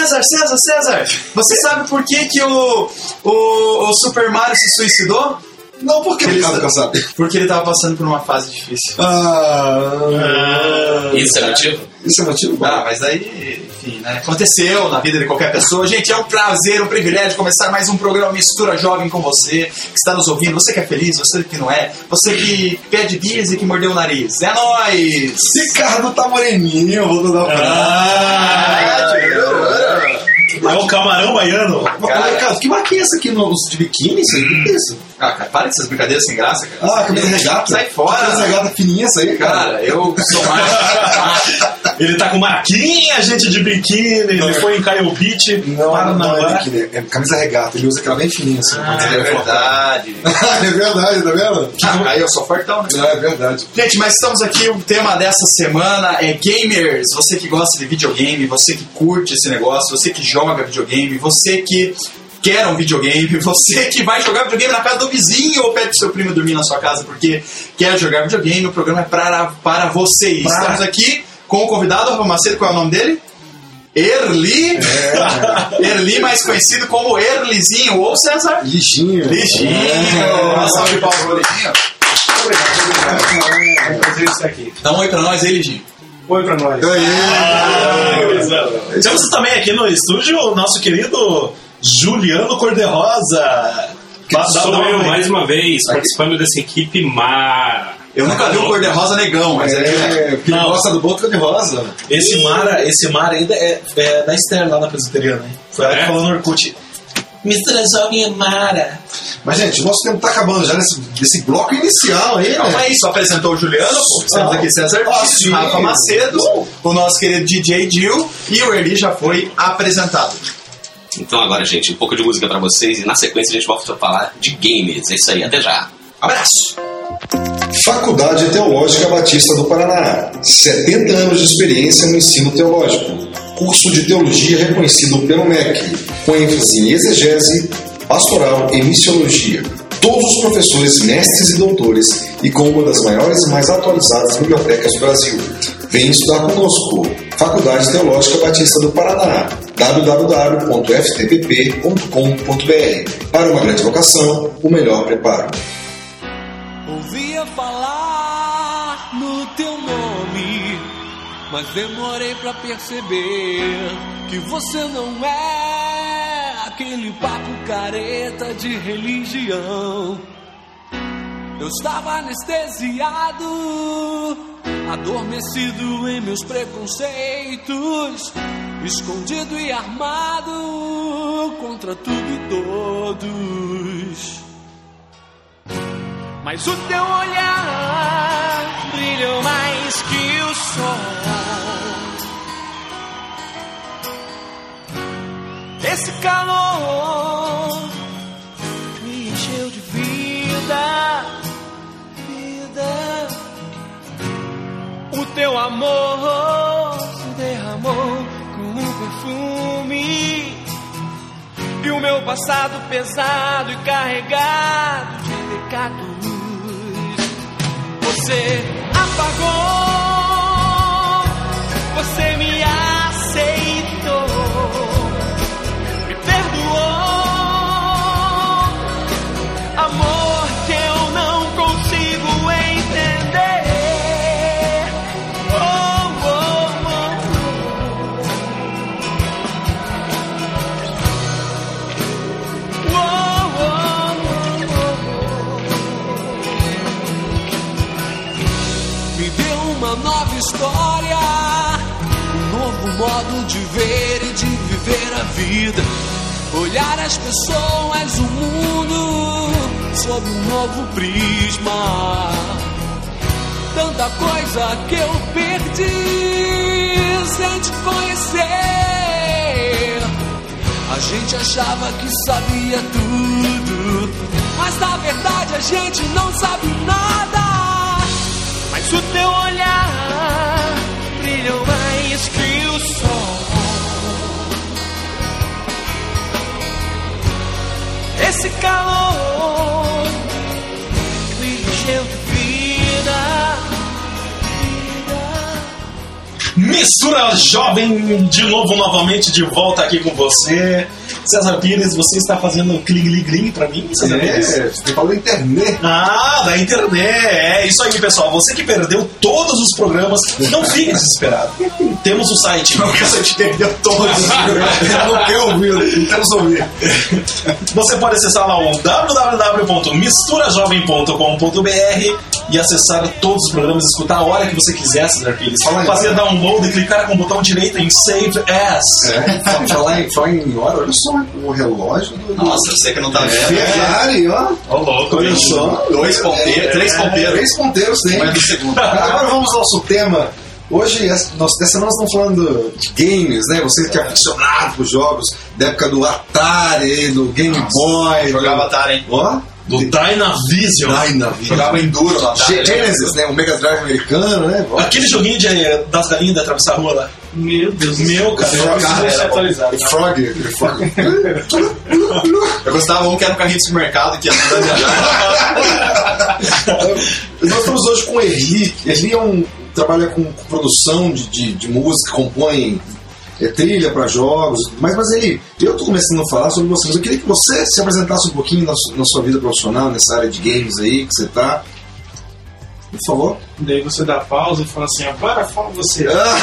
César, você sabe por que o Super Mario se suicidou? Não, por que ele estava cansado? Porque ele estava passando por uma fase difícil. Isso é motivo? Isso é motivo? Mas aí, enfim, né? Aconteceu na vida de qualquer pessoa. Gente, é um prazer, um privilégio começar mais um programa Mistura Jovem com você, que está nos ouvindo. Você que é feliz, você que não é. Você que pede bis e que mordeu o nariz. É nóis! Ricardo tá moreninho, eu vou dar É o camarão baiano. Cara, que marquinha é essa aqui de biquíni? Isso aí? O que é isso? Cara, para dessas brincadeiras sem graça, cara. Camisa regata. Sai fora. Camisa regata fininha essa aí, cara. Cara, eu sou mais... Ele tá com marquinha, gente de biquíni. Ele foi em Caio Beach. Não é biquíni, é camisa regata. Ele usa aquela bem fininha assim. É verdade. É verdade, tá vendo? Aí eu sou fortão, né? É verdade. Gente, mas estamos aqui, o tema dessa semana é gamers. Você que gosta de videogame, você que curte esse negócio, você que joga videogame, você que quer um videogame, você que vai jogar videogame na casa do vizinho ou pede pro seu primo dormir na sua casa porque quer jogar videogame, o programa é para vocês. Estamos aqui com o convidado, Rafa Macedo, qual é o nome dele? Erli, Erli, mais conhecido como Erlizinho, ou César? Liginho. Salve de palmas pro Liginho. É um prazer estar aqui. Dá um oi pra nós aí, Liginho. Oi pra nós. Temos também aqui no estúdio o nosso querido Juliano Cor-de-Rosa. Sou eu, mais uma vez, participando dessa equipe mara. Eu nunca vi o Cor-de-Rosa negão, mas porque ele gosta do bolo Cor-de-Rosa. Esse Mara ainda é da Esther lá na presbiteriana, né? Foi ela que falou no Orkut. Mistura Jovem é Mara. Mas, gente, o nosso tempo tá acabando já nesse bloco inicial aí, Calma aí, só apresentou o Juliano, temos aqui César, Rafa Macedo, o nosso querido DJ Gil, e o Erli já foi apresentado. Então agora, gente, um pouco de música pra vocês e na sequência a gente volta a falar de games. É isso aí, até já. Abraço! Faculdade Teológica Batista do Paraná. 70 anos de experiência no ensino teológico. Curso de teologia reconhecido pelo MEC, com ênfase em exegese, pastoral e missiologia. Todos os professores, mestres e doutores, e com uma das maiores e mais atualizadas bibliotecas do Brasil. Vem estudar conosco. Faculdade Teológica Batista do Paraná. www.ftpp.com.br. Para uma grande vocação, o melhor preparo. Ouvia falar no teu nome, mas demorei pra perceber que você não é aquele papo careta de religião. Eu estava anestesiado, adormecido em meus preconceitos, escondido e armado contra tudo e todos. Mas o teu olhar brilhou mais que o sol. Esse calor me encheu de vida. O teu amor se derramou como um perfume, e o meu passado pesado e carregado de pecados você apagou. Você me aceitou, me perdoou, amor que eu não consigo entender. Nova história, um novo modo de ver e de viver a vida, olhar as pessoas, o mundo sob um novo prisma. Tanta coisa que eu perdi sem te conhecer. A gente achava que sabia tudo, mas na verdade a gente não sabe nada. Mas o teu olhar brilhou mais que o sol. Esse calor me encheu de vida. Mistura Jovem de novo, novamente de volta aqui com você. César Pires, você está fazendo cling pra mim, César Pires? Você falou da internet. Ah, da internet. É isso aí, pessoal. Você que perdeu todos os programas, não fique desesperado. Temos o site. Não, você te perdeu todos. Não quer ouvir, não quero ouvir. Você pode acessar lá o www.misturajovem.com.br e acessar todos os programas, escutar a hora que você quiser, César Pires. Fazer download e clicar com o botão direito em Save As. Falar em hora, olha só o relógio. Nossa, você que não tá vendo. Ferrari, ó. Ó, louco, Olha bicho. só. 2 ponteiros, 3 ponteiros. 3 ponteiros tem. Mas do segundo. Agora vamos ao nosso tema. Hoje, dessa semana nós estamos falando de games, né? Você que é aficionado por jogos da época do Atari, do Game Boy. Jogava Atari, hein? Ó. Do Dynavision. Jogava Enduro no Atari. Genesis, né? O Mega Drive americano, né? Ó. Aquele joguinho das galinhas de atravessar a rua lá. Meu Deus, Meu, cara, eu preciso ser atualizado. O Frog, aquele Frog. Eu gostava um que era um carrinho de supermercado que ia andando Nós estamos hoje com o Erli. Erli trabalha com produção de música, compõe trilha para jogos, mas eu estou começando a falar sobre você, mas eu queria que você se apresentasse um pouquinho na sua vida profissional, nessa área de games aí que você está. Por favor. Daí você dá pausa e fala assim, agora fala você.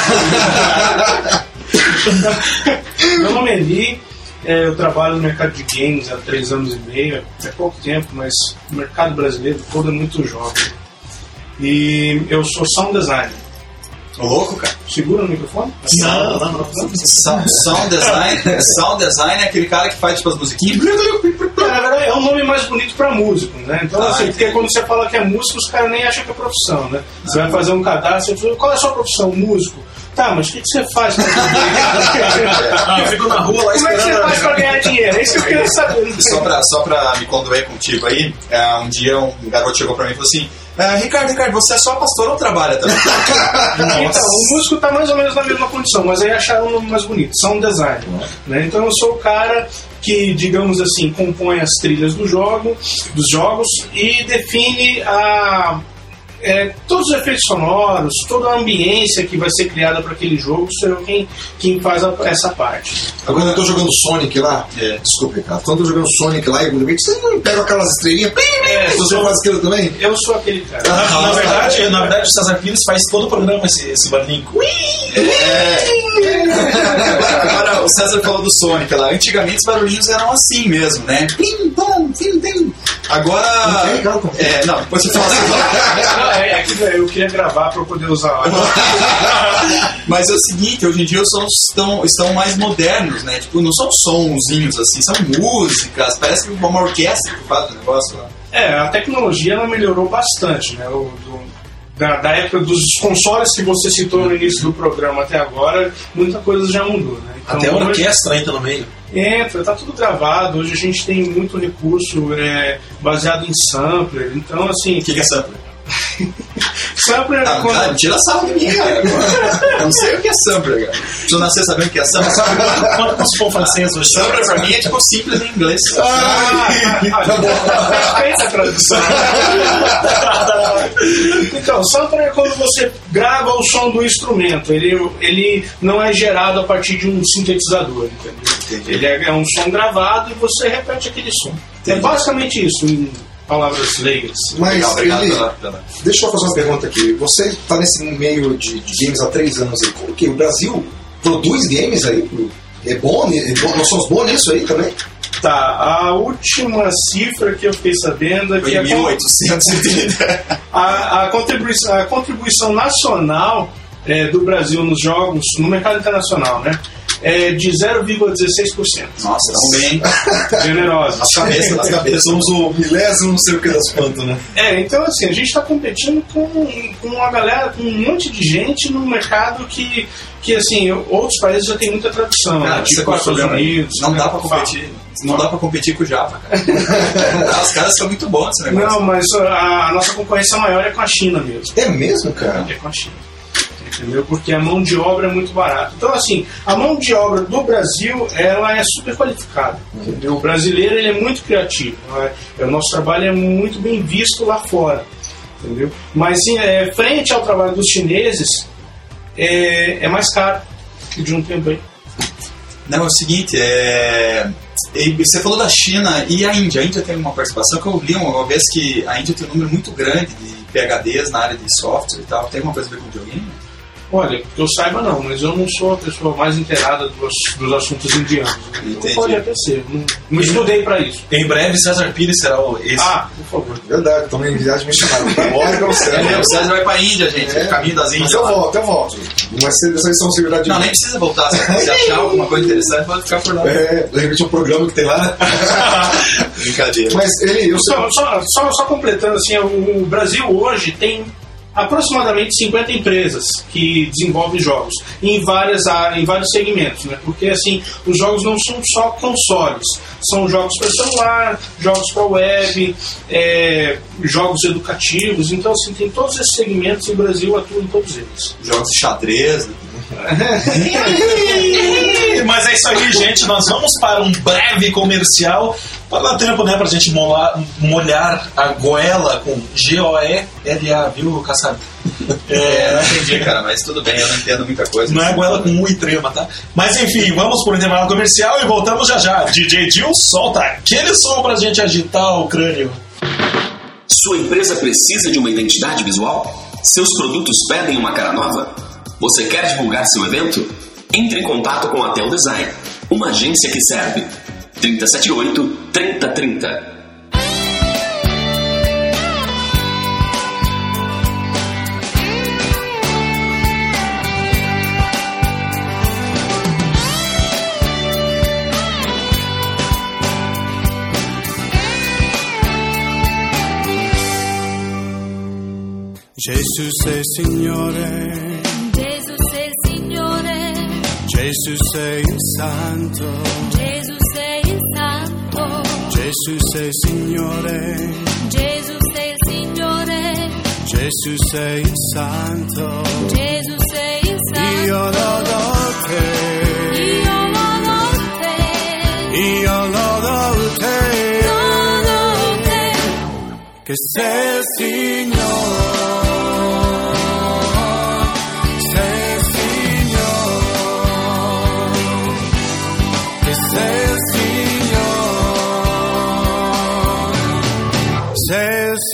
Meu nome é Eli, eu trabalho no mercado de games há 3 anos e meio, é pouco tempo, mas o mercado brasileiro todo é muito jovem. E eu sou sound designer. Ô, louco, cara. Segura o microfone? Não. Sound design é aquele cara que faz tipo as musiquinhas. Na verdade, é um nome mais bonito pra músico, né? Então, assim, porque quando você fala que é músico, os caras nem acham que é profissão, né? Você vai fazer um cadastro, você fala, qual é a sua profissão? Músico. Tá, mas o que você faz pra ganhar dinheiro? Eu fico na rua lá Como é que você faz pra ganhar dinheiro? É isso que eu queria saber. Só pra me condoer contigo aí, um dia um garoto chegou pra mim e falou assim: Ricardo, você é só pastor ou trabalha também? Então, o músico tá mais ou menos na mesma condição, mas aí acharam um nome mais bonito, sound design, né? Então eu sou o cara que, digamos assim, compõe as trilhas dos jogos e define todos os efeitos sonoros, toda a ambiência que vai ser criada para aquele jogo, sou eu quem faz essa parte. Agora eu tô jogando Sonic lá. Desculpa, Ricardo. Quando eu tô jogando Sonic lá, você não pega aquelas estrelinhas. Você faz aquilo também? Eu sou aquele cara. Na verdade, o César Pires faz todo o programa esse barulhinho. Agora o César falou do Sonic lá. Antigamente os barulhinhos eram assim mesmo, né? Plim, pom, plim, plim. Agora. Não, depois você fala assim. Eu queria gravar para eu poder usar. Mas é o seguinte, hoje em dia os sons estão mais modernos, né? Tipo, não são sonzinhos assim, são músicas. Parece que uma orquestra que faz o negócio lá. A tecnologia ela melhorou bastante, né? Da época dos consoles que você citou no início do programa até agora, muita coisa já mudou, né? Então, até a orquestra entra no meio. Tá tudo gravado. Hoje a gente tem muito recurso baseado em sampler. Então, assim. O que é sampler? Sampler é quando... Tira sarro de mim, cara. Eu não sei o que é sampler, cara. Se eu nascer sabendo o que é sampler. Quando você for francês hoje? Sampler pra mim é tipo simples em inglês. Respeita a tradução. Então, sampler é quando você grava o som do instrumento. Ele não é gerado a partir de um sintetizador, entendeu? Ele é um som gravado e você repete aquele som. É basicamente isso, em palavras leigas. Mas, deixa eu fazer uma pergunta aqui. Você está nesse meio de games há 3 anos aí. Como que o Brasil produz games aí? É bom? Nós somos bons nisso aí também? Tá, a última cifra que eu fiquei sabendo é que 1830. A contribuição nacional do Brasil nos jogos, no mercado internacional, né? É de 0,16%. Nossa, tão bem. Generosa. As cabeças. Somos o milésimo, não sei o que das quantas, né? Então assim, a gente está competindo com uma galera, com um monte de gente no mercado que assim, outros países já tem muita tradição. Cara, tipo os Estados Unidos. Não dá pra competir. Não dá pra competir com o Java, cara. Os caras são muito bons nesse negócio. Não, mas a nossa concorrência maior é com a China mesmo. É mesmo, cara? É com a China. Entendeu? Porque a mão de obra é muito barata. Então, assim, a mão de obra do Brasil, ela é super qualificada. Entendeu? O brasileiro, ele é muito criativo. O nosso trabalho é muito bem visto lá fora. Entendeu? Mas, frente ao trabalho dos chineses, é mais caro que de um tempo aí. Não, é o seguinte, você falou da China e a Índia. A Índia tem uma participação que eu li uma vez que a Índia tem um número muito grande de PhDs na área de software e tal. Tem alguma coisa a ver com videogame? Olha, que eu saiba não, mas eu não sou a pessoa mais inteirada dos assuntos indianos. Então pode até ser, não estudei pra isso. Em breve, César Pires será esse. Ah, por favor. Verdade, estão em viagem missionária. Olha, O César vai pra Índia, gente. O caminho das Índias. Mas eu volto. Mas vocês são seguridade. Não, nem precisa voltar. Se achar alguma coisa interessante, pode ficar por lá. De repente um programa que tem lá, né? Brincadeira. Mas Só completando assim, o Brasil hoje tem aproximadamente 50 empresas que desenvolvem jogos em vários segmentos, né? Porque assim, os jogos não são só consoles, são jogos para celular, jogos para web, jogos educativos. Então assim, tem todos esses segmentos e o Brasil atua em todos eles. Jogos de xadrez. Mas é isso aí, gente. Nós vamos para um breve comercial para dar tempo, né, pra gente molhar a goela com G-O-E-L-A, viu, Kassab? Não entendi, cara, mas tudo bem, eu não entendo muita coisa. Não é goela com U e trema, tá? Mas enfim, vamos por um intervalo comercial e voltamos já já. DJ Dil, solta aquele som pra gente agitar o crânio. Sua empresa precisa de uma identidade visual? Seus produtos pedem uma cara nova? Você quer divulgar seu evento? Entre em contato com a Tel Design, uma agência que serve. 3078-3030. Gesù sei Signore, Gesù sei Signore, Gesù sei il Santo, Gesù sei il Santo, Gesù sei Signore, Gesù sei il Signore, Gesù sei il Santo, Gesù sei il Santo. io lodo te, Io lodo te, io lodo te, lodo te, che sei il Signore. Sei il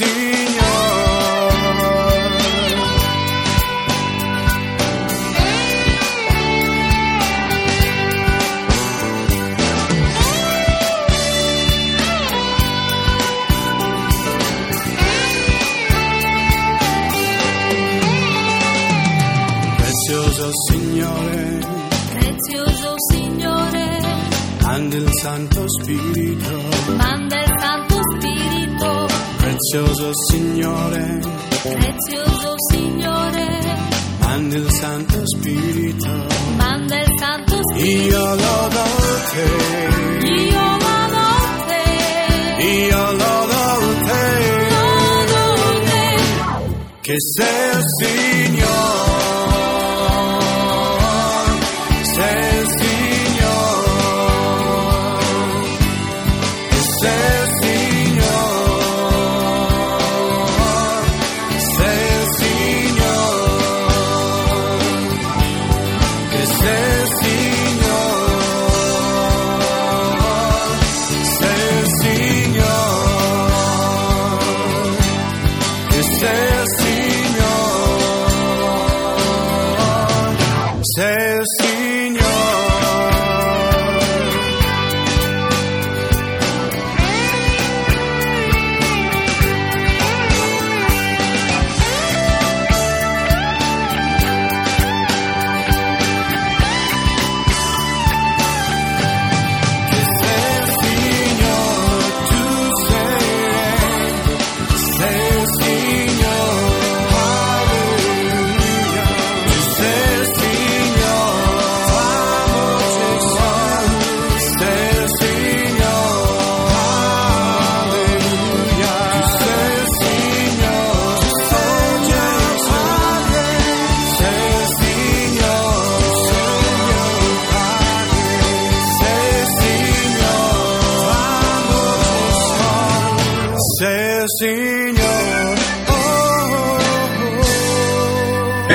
Signore, prezioso Signore, manda il Santo Spirito, manda il Santo Spirito, prezioso Signore, prezioso Signore, manda il Santo Spirito, manda il Santo Spirito. io lodo te, Io lodo te, io lodo te, lodo te, che sei il Signore.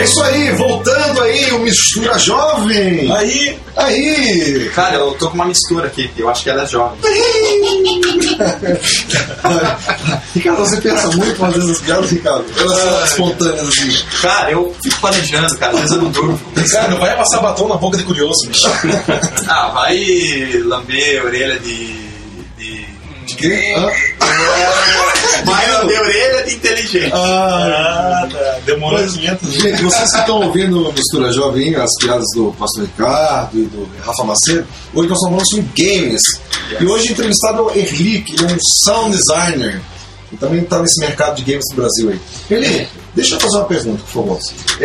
isso aí, voltando aí, o Mistura Jovem. Aí. Cara, eu tô com uma mistura aqui, eu acho que ela é jovem. Ricardo, você pensa muito fazer essas piadas, Ricardo? Elas são espontâneas assim. Cara, eu fico planejando, cara, às vezes eu não durmo. Cara, não vai passar batom na boca de curioso, bicho. Ah, vai lamber a orelha de quem? Vai lamber a orelha de inteligente. Tá. Demorou 500 dias. Gente, vocês que estão ouvindo Mistura Jovem, as piadas do Pastor Ricardo e do Rafa Macedo, hoje nós estamos falando sobre games. E hoje entrevistado é o Erli, que ele é um sound designer e também está nesse mercado de games do Brasil aí. Erli, deixa eu fazer uma pergunta, por favor.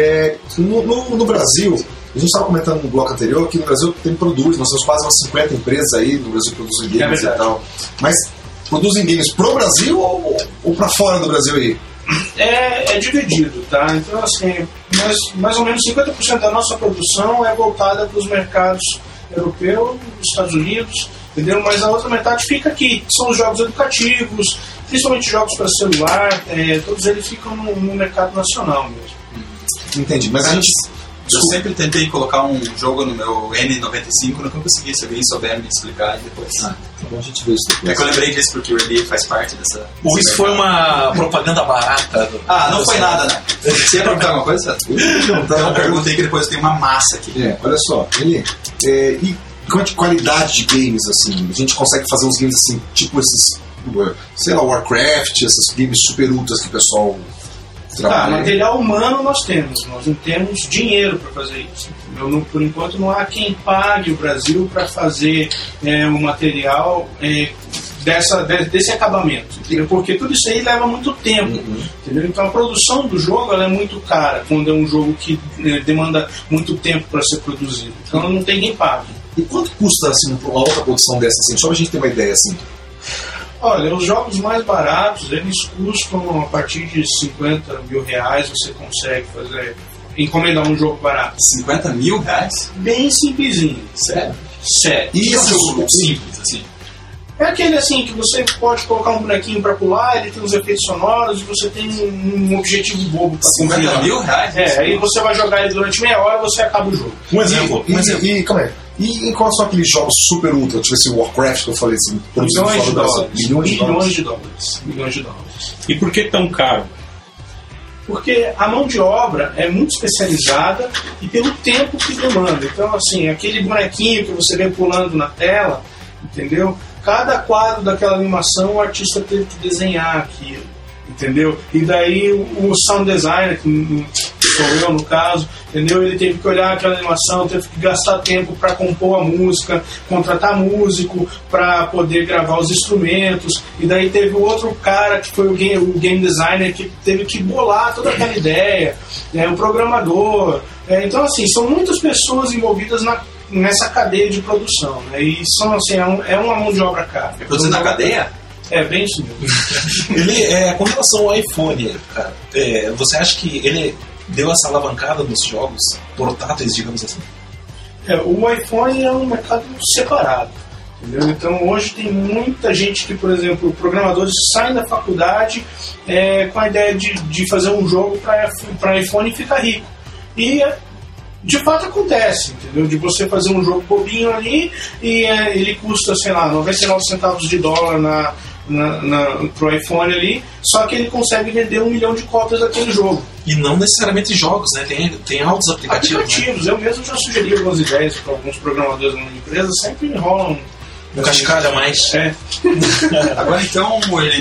No Brasil, a gente estava comentando no bloco anterior que no Brasil nós temos quase umas 50 empresas aí no Brasil que produzem games e tal. Mas produzem games pro Brasil ou para fora do Brasil aí? É dividido, tá? Então, assim, mais ou menos 50% da nossa produção é voltada para os mercados europeus, Estados Unidos, entendeu? Mas a outra metade fica aqui, que são os jogos educativos, principalmente jogos para celular, todos eles ficam no mercado nacional mesmo. Entendi, mas a gente... Eu sempre tentei colocar um jogo no meu N95, nunca consegui. Se alguém souber me explicar e depois. Tá bom, a gente vê isso depois. É que eu lembrei disso porque o Erli faz parte dessa. Ou isso foi uma propaganda barata? Não foi nada, né? Você ia perguntar alguma coisa? Então perguntei que depois tem uma massa aqui. Olha só, Erli, e quanto de qualidade de games, assim, a gente consegue fazer uns games assim, tipo esses, sei lá, Warcraft, esses games super ultras que o pessoal... material humano nós não temos dinheiro para fazer isso. Por enquanto não há quem pague o Brasil para fazer um material desse acabamento, entendeu? Porque tudo isso aí leva muito tempo, entendeu? Então a produção do jogo ela é muito cara quando é um jogo que demanda muito tempo para ser produzido, então não tem quem pague. E quanto custa assim, uma outra produção dessa, assim? Só pra gente ter uma ideia assim. Olha, os jogos mais baratos, eles custam a partir de 50 mil reais, você consegue encomendar um jogo barato. 50 mil reais? Bem simplesinho. Sério? Sério. E esse jogo simples, assim? É aquele assim que você pode colocar um bonequinho pra pular, ele tem uns efeitos sonoros e você tem um objetivo bobo pra cumprir. 50 mil reais? Aí você vai jogar ele durante meia hora e você acaba o jogo. Um exemplo. Calma aí. E quais são aqueles jogos super ultra, tipo esse Warcraft que eu falei assim? Milhões de dólares. Milhões de dólares. E por que tão caro? Porque a mão de obra é muito especializada e pelo tempo que demanda. Então, assim, aquele bonequinho que você vê pulando na tela, entendeu? Cada quadro daquela animação o artista teve que desenhar aquilo, entendeu? E daí o sound designer, que sou eu no caso, entendeu? Ele teve que olhar aquela animação, teve que gastar tempo para compor a música, contratar músico para poder gravar os instrumentos, e daí teve o outro cara que foi o game designer que teve que bolar toda aquela ideia, o programador. Então, assim, são muitas pessoas envolvidas nessa cadeia de produção, né? E são, assim, é uma mão de obra cara. É produzido na cadeia? É bem isso mesmo. Com relação ao iPhone, cara, você acha que ele deu essa alavancada nos jogos portáteis, digamos assim? O iPhone é um mercado separado, entendeu? Então hoje tem muita gente que, por exemplo, programadores saem da faculdade com a ideia de fazer um jogo para iPhone e ficar rico. E de fato acontece, entendeu? De você fazer um jogo bobinho ali e ele custa, sei lá, 99 centavos de dólar pro iPhone ali, só que ele consegue vender 1 milhão de cópias daquele jogo. E não necessariamente jogos, né? Tem altos aplicativos. Né? Eu mesmo já sugeri algumas ideias para alguns programadores na minha empresa, sempre enrolam um cascalho a mais. Agora então,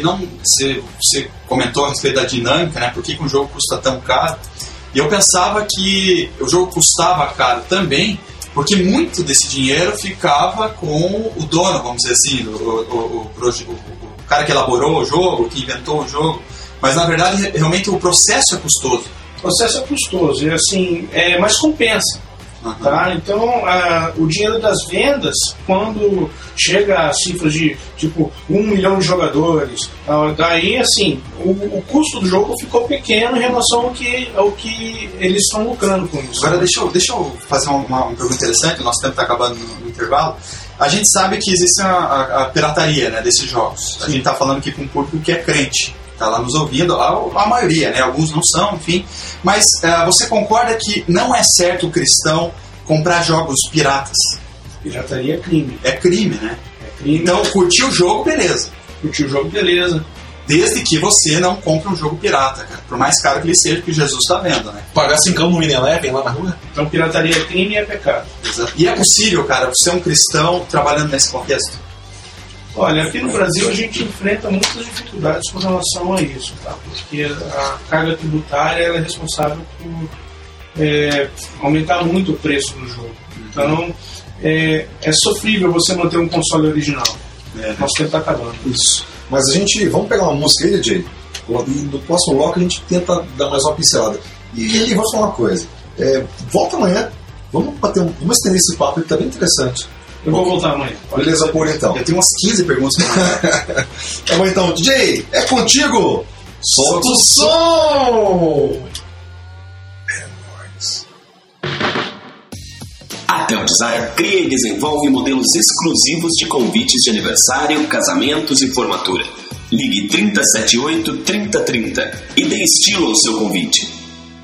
você comentou a respeito da dinâmica, né? Por que um jogo custa tão caro? E eu pensava que o jogo custava caro também, porque muito desse dinheiro ficava com o dono, vamos dizer assim, o cara que elaborou o jogo, que inventou o jogo. Mas na verdade, realmente o processo é custoso. O processo é custoso, e assim, mas compensa. Tá? Então, o dinheiro das vendas, quando chega a cifras de tipo 1 milhão de jogadores, daí assim, o custo do jogo ficou pequeno em relação ao que eles estão lucrando com isso. Agora deixa eu fazer uma pergunta interessante, o nosso tempo está acabando no intervalo. A gente sabe que existe a pirataria, né, desses jogos. A gente está falando aqui com um público que é crente. está lá nos ouvindo, a maioria, né? Alguns não são, enfim. Mas você concorda que não é certo o cristão comprar jogos piratas? Pirataria é crime. É crime, né? É crime. Então, curtir o jogo, beleza. Curtir o jogo, beleza. Desde que você não compre um jogo pirata, cara. Por mais caro que ele seja, que Jesus está vendo, né? Pagar 5 no Mini Eleven lá na rua? Então, pirataria é crime e é pecado. Exato. E é possível, cara, você é um cristão trabalhando nesse contexto? Olha, aqui no Brasil a gente enfrenta muitas dificuldades com relação a isso, tá? Porque a carga tributária ela é responsável por aumentar muito o preço do jogo. Então, é sofrível você manter um console original. Nosso tempo está acabando. Isso. Mas vamos pegar uma música aí, Jay, e no próximo bloco a gente tenta dar mais uma pincelada. E vou falar uma coisa, volta amanhã, vamos estender esse papo que tá bem interessante. Eu vou voltar amanhã. Beleza, por então. Eu tenho umas 15 perguntas pra Tá bom então, DJ, é contigo! Solta o som! A Tel Desire cria e desenvolve modelos exclusivos de convites de aniversário, casamentos e formatura. Ligue 3078-3030 e dê estilo ao seu convite.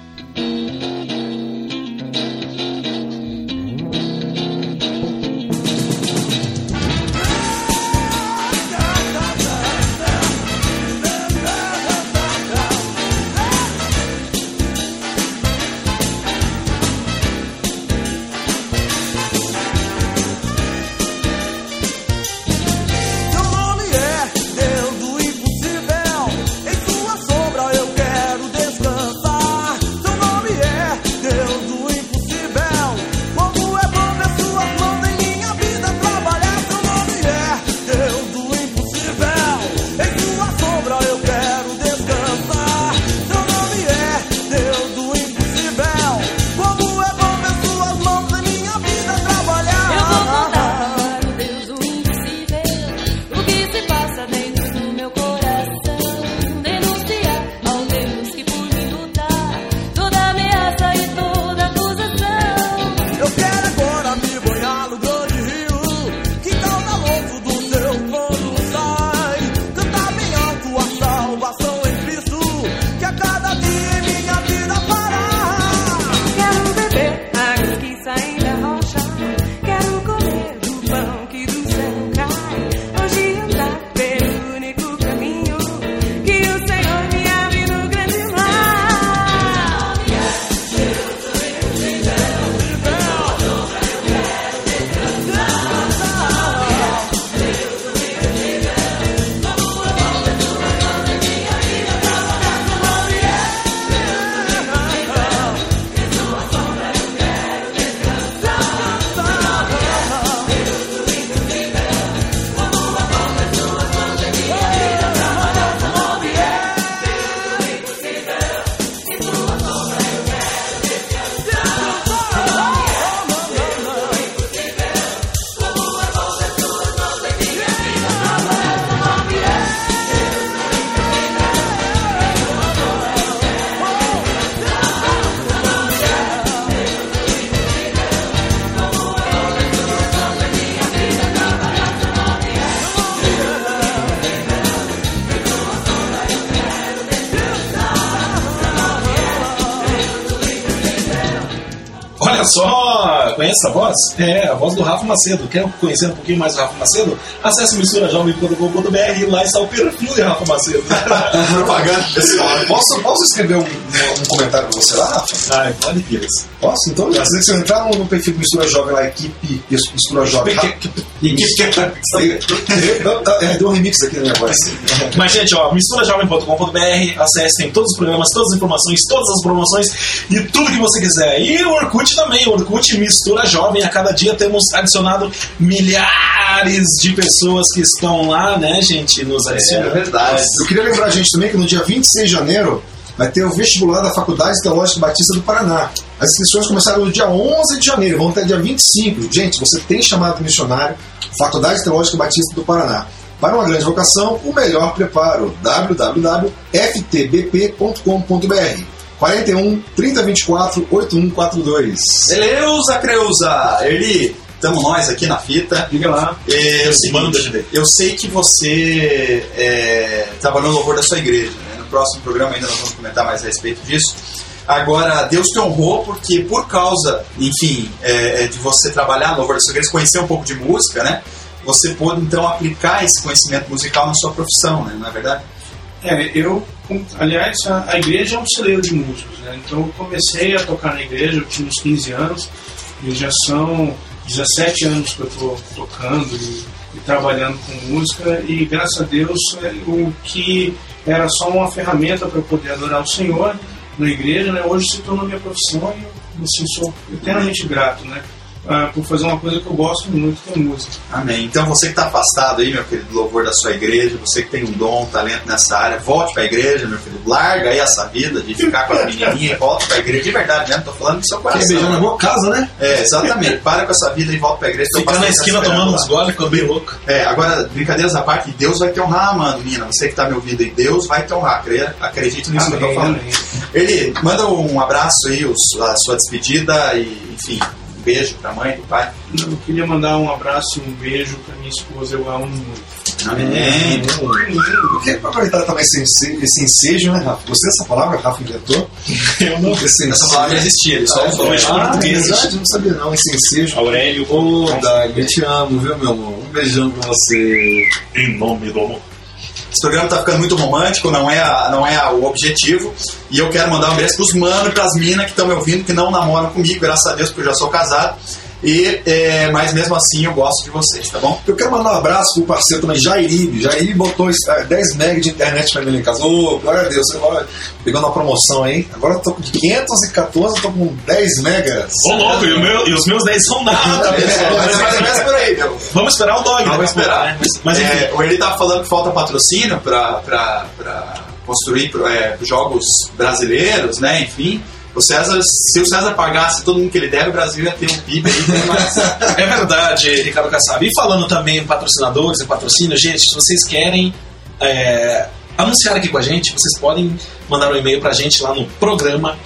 Olha só, conhece essa voz? É a voz do Rafa Macedo. Quer conhecer um pouquinho mais do Rafa Macedo? Acesse misturajovem.com.br e lá está o perfil de Rafa Macedo. Propaganda pessoal. Posso escrever um comentário pra você lá, Rafa? Ai, pode ir. Posso? Então, se você entrar no perfil do Mistura Jovem lá, equipe Mistura Jovem. Deu um remix aqui na minha voz. Mas, gente, ó, misturajovem.com.br, acessem todos os programas, todas as informações, todas as promoções e tudo que você quiser. E o Orkut também, o Orkut Mistura Jovem. A cada dia temos adicionado milhares de pessoas que estão lá, né, gente, nos adicionando. É verdade. Eu queria lembrar a gente também que no dia 26 de janeiro vai ter o vestibular da Faculdade Teológica Batista do Paraná. As inscrições começaram no dia 11 de janeiro, vão até dia 25. Gente, você tem chamado missionário, Faculdade Teológica Batista do Paraná. Para uma grande vocação, o melhor preparo, www.ftbp.com.br 41 3024 8142. Beleza, Creuza! Eli, estamos nós aqui na fita. Diga lá. Eu sei que você trabalhou no louvor da sua igreja, né? próximo programa ainda nós vamos comentar mais a respeito disso. Agora, Deus te honrou porque por causa, enfim, de você trabalhar no Louvor da Sua Igreja, conhecer um pouco de música, né? Você pôde então aplicar esse conhecimento musical na sua profissão, né? Não é verdade? Aliás, a igreja é um celeiro de músicos, né? Então eu comecei a tocar na igreja, eu tinha uns 15 anos, e já são 17 anos que eu estou tocando e trabalhando com música, e graças a Deus o que era só uma ferramenta para eu poder adorar o Senhor na igreja, né? Hoje se tornou minha profissão e eu assim, sou eternamente grato, né? Por fazer uma coisa que eu gosto muito, que é música. Amém. Então você que está afastado aí, meu querido, do louvor da sua igreja, você que tem um dom, um talento nessa área, volte para a igreja, meu querido. Larga aí essa vida de ficar com a menininha e volte para a igreja. De verdade mesmo, tô falando do seu coração. Quem beijando na boa casa, né? Exatamente. Para com essa vida e volta para a igreja. Fica na esquina tomando uns goles, ficou bem louco. Agora, brincadeiras à parte, Deus vai te honrar, mano, menina. Você que está me ouvindo aí, Deus vai te honrar. Acredito nisso que eu tô falando. Ele manda um abraço aí, a sua despedida e, enfim... beijo pra mãe, pro pai. Eu queria mandar um abraço e um beijo pra minha esposa, eu a amo muito. Amém. Eu queria aproveitar também esse ensejo, né, Rafa? Gostei dessa palavra, Rafa inventou? Eu não. Essa palavra já existia, ele só usou. Verdade, eu não sabia não, esse ensejo. Aurélio. Ô, Dai, eu te amo, viu, meu amor? Um beijão pra você. Em nome do amor. Esse programa tá ficando muito romântico, não é o objetivo. E eu quero mandar um beijo pros manos e pras minas que estão me ouvindo, que não namoram comigo, graças a Deus, porque eu já sou casado. Mas mesmo assim eu gosto de vocês, tá bom? Eu quero mandar um abraço pro parceiro também, Jairibe. Jairibe botou 10 MB de internet pra mim lá em casa. Ô, glória a Deus, agora pegando uma promoção aí. Agora eu tô de 514, eu tô com 10 megas. Ô, louco, e os meus 10 são nada. Mas por aí, meu. Vamos esperar o dog, né? Vamos esperar. Né? Mas enfim. O Eli tava falando que falta patrocínio pra construir jogos brasileiros, né? Enfim. Se o César pagasse todo mundo que ele deve, o Brasil ia ter um PIB aí, mais. É verdade, Ricardo Kassab. E falando também em patrocinadores e patrocínio, gente, se vocês querem anunciar aqui com a gente, vocês podem mandar um e-mail pra gente lá no programa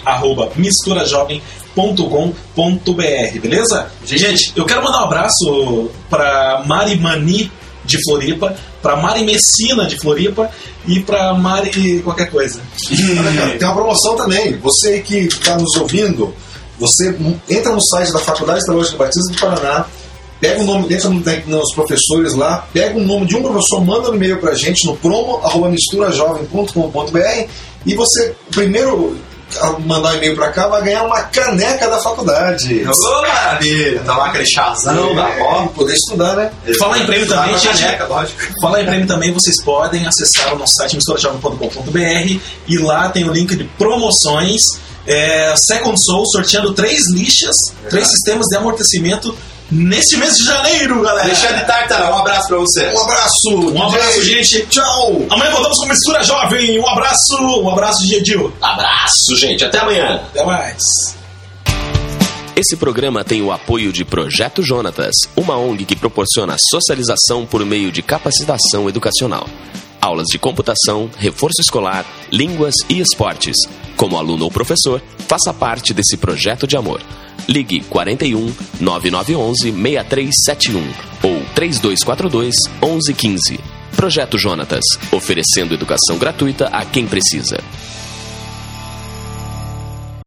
@misturajovem.com.br, beleza? Gente, eu quero mandar um abraço pra Mari Mani de Floripa, pra Mari Messina de Floripa e pra Mari qualquer coisa. Tem uma promoção também. Você que está nos ouvindo, você entra no site da Faculdade Teológica Batista do Paraná, pega o nome, entra nos professores lá, pega o nome de um professor, manda um e-mail pra gente no promo@misturajovem.com.br e você, primeiro a mandar um e-mail pra cá, vai ganhar uma caneca da faculdade. Ô, maravilha! Tá lá aquele chazão da avó. Poder estudar, né? Falar em prêmio também, gente. Caneca, lógico. Falar em prêmio também, vocês podem acessar o nosso site misturajovem.com.br e lá tem o link de promoções. Second Soul sorteando 3 lixas, 3 sistemas de amortecimento neste mês de janeiro, galera. Alexandre Tartará, um abraço pra você. Um abraço, gente. Tchau. Amanhã voltamos com Mistura Jovem. Um abraço, Gedil. Abraço, gente. Até amanhã. Até mais. Esse programa tem o apoio de Projeto Jonatas, uma ONG que proporciona socialização por meio de capacitação educacional. Aulas de computação, reforço escolar, línguas e esportes. Como aluno ou professor, faça parte desse projeto de amor. Ligue 41 9911 6371 ou 3242 1115. Projeto Jonatas, oferecendo educação gratuita a quem precisa.